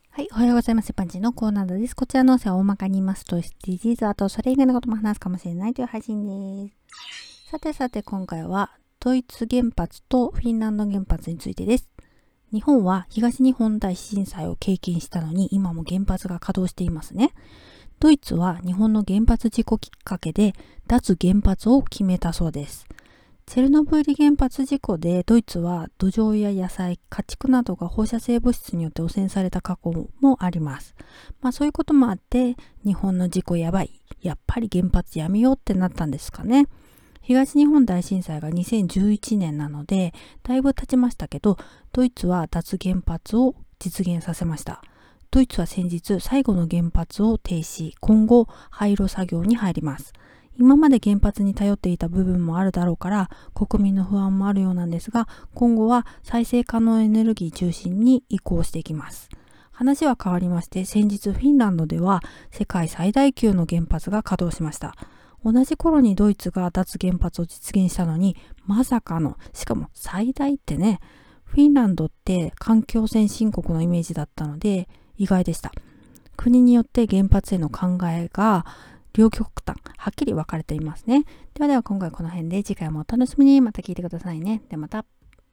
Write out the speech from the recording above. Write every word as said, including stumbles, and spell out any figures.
はい、おはようございます。パンチのコーナーです。こちらの音声は大まかに言いますと、エスディージーズ、あとそれ以外のことも話すかもしれないという配信です。さてさて今回は、ドイツ原発とフィンランド原発についてです。日本は東日本大震災を経験したのに、今も原発が稼働していますね。ドイツは日本の原発事故きっかけで、脱原発を決めたそうです。チェルノブイリ原発事故でドイツは土壌や野菜、家畜などが放射性物質によって汚染された過去もあります。まあそういうこともあって日本の事故やばい、やっぱり原発やめようってなったんですかね。東日本大震災がにせんじゅういちねんなのでだいぶ経ちましたけど、ドイツは脱原発を実現させました。ドイツは先日最後の原発を停止、今後廃炉作業に入ります。今まで原発に頼っていた部分もあるだろうから国民の不安もあるようなんですが、今後は再生可能エネルギー中心に移行していきます。話は変わりまして、先日フィンランドでは世界最大級の原発が稼働しました。同じ頃にドイツが脱原発を実現したのに、まさかの、しかも最大ってね、フィンランドって環境先進国のイメージだったので意外でした。国によって原発への考えが両極端、はっきり分かれていますね。ではでは今回この辺で、次回もお楽しみに。また聞いてくださいね。ではまた。